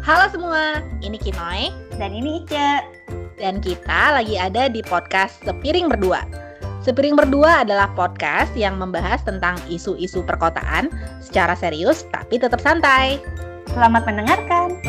Halo semua, ini Kinoy dan ini Ica. dan kita lagi ada di podcast Sepiring Berdua. Sepiring Berdua adalah podcast yang membahas tentang isu-isu perkotaan secara serius tapi tetap santai. Selamat mendengarkan.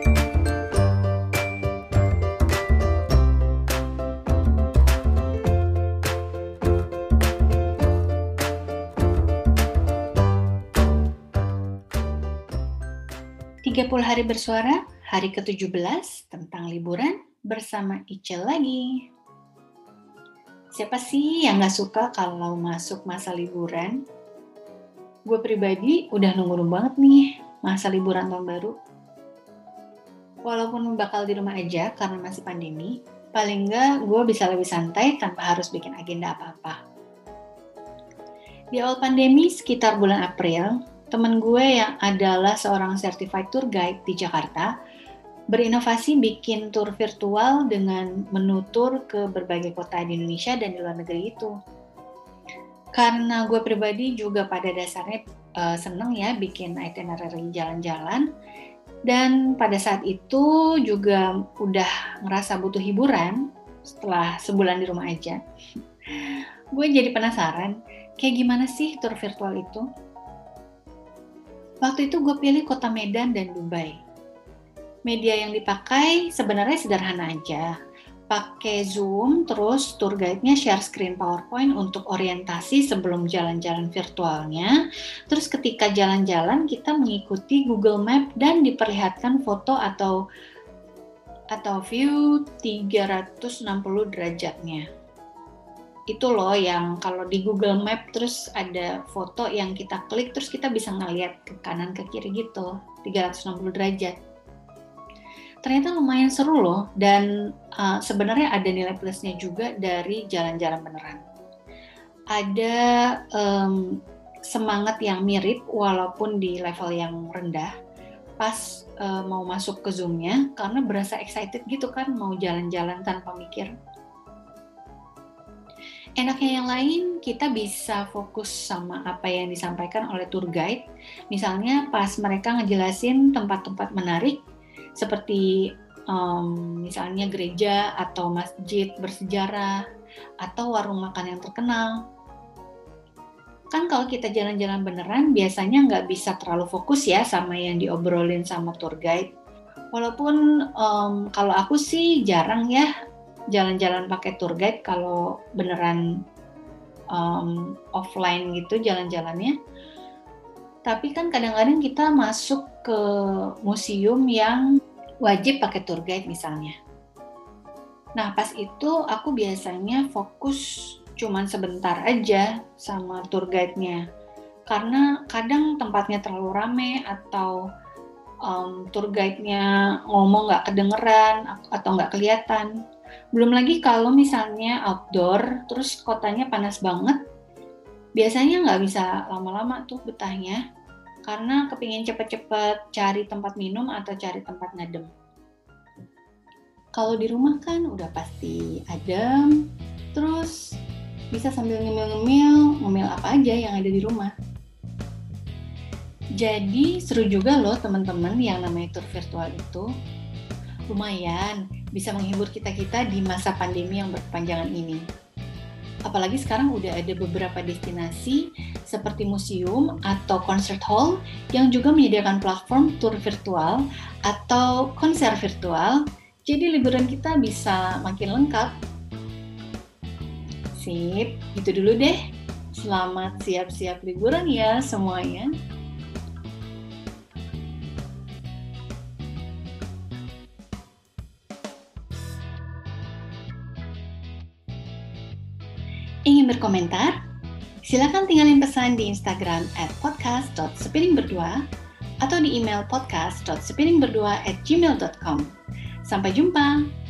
"30 hari bersuara, hari ke-17 tentang liburan bersama Ica lagi." Siapa sih yang gak suka kalau masuk masa liburan? Gue pribadi udah nunggu banget nih masa liburan tahun baru. Walaupun bakal di rumah aja karena masih pandemi, paling nggak gue bisa lebih santai tanpa harus bikin agenda apa-apa. Di awal pandemi sekitar bulan April, temen gue yang adalah seorang certified tour guide di Jakarta berinovasi bikin tour virtual dengan menu tour ke berbagai kota di Indonesia dan di luar negeri itu. Karena gue pribadi juga pada dasarnya seneng ya bikin itinerary jalan-jalan, dan pada saat itu juga udah ngerasa butuh hiburan setelah sebulan di rumah aja. Gue jadi penasaran, kayak gimana sih tour virtual itu? Waktu itu gue pilih kota Medan dan Dubai. Media yang dipakai sebenarnya sederhana aja. Pakai Zoom, terus tour guide-nya share screen PowerPoint untuk orientasi sebelum jalan-jalan virtualnya. Terus ketika jalan-jalan kita mengikuti Google Map dan diperlihatkan foto atau view 360 derajatnya. Itu loh yang kalau di Google Map terus ada foto yang kita klik terus kita bisa ngeliat ke kanan ke kiri gitu, 360 derajat. Ternyata lumayan seru loh, dan sebenarnya ada nilai plusnya juga dari jalan-jalan beneran. Ada semangat yang mirip walaupun di level yang rendah pas mau masuk ke Zoom-nya, karena berasa excited gitu kan mau jalan-jalan tanpa mikir. Enaknya yang lain, kita bisa fokus sama apa yang disampaikan oleh tour guide. Misalnya pas mereka ngejelasin tempat-tempat menarik, seperti misalnya gereja atau masjid bersejarah atau warung makan yang terkenal. Kan kalau kita jalan-jalan beneran biasanya nggak bisa terlalu fokus ya sama yang diobrolin sama tour guide. Walaupun kalau aku sih jarang ya jalan-jalan pakai tour guide kalau beneran offline gitu jalan-jalannya. Tapi kan kadang-kadang kita masuk ke museum yang wajib pakai tour guide misalnya. Nah pas itu aku biasanya fokus cuman sebentar aja sama tour guide-nya. Karena kadang tempatnya terlalu rame atau tour guide-nya ngomong nggak kedengeran atau nggak kelihatan. Belum lagi kalau misalnya outdoor terus kotanya panas banget, biasanya nggak bisa lama-lama tuh betahnya, karena kepingin cepet-cepet cari tempat minum atau cari tempat ngadem. Kalau di rumah kan udah pasti adem, terus bisa sambil ngemil apa aja yang ada di rumah. Jadi seru juga loh teman-teman yang namanya tour virtual itu. Lumayan bisa menghibur kita-kita di masa pandemi yang berkepanjangan ini. Apalagi sekarang udah ada beberapa destinasi seperti museum atau concert hall yang juga menyediakan platform tour virtual atau konser virtual, jadi liburan kita bisa makin lengkap. Sip, gitu dulu deh. Selamat siap-siap liburan ya semuanya. Ingin berkomentar? Silakan tinggalin pesan di Instagram @podcast.sepiringberdua atau di email podcast.sepiringberdua@gmail.com. Sampai jumpa!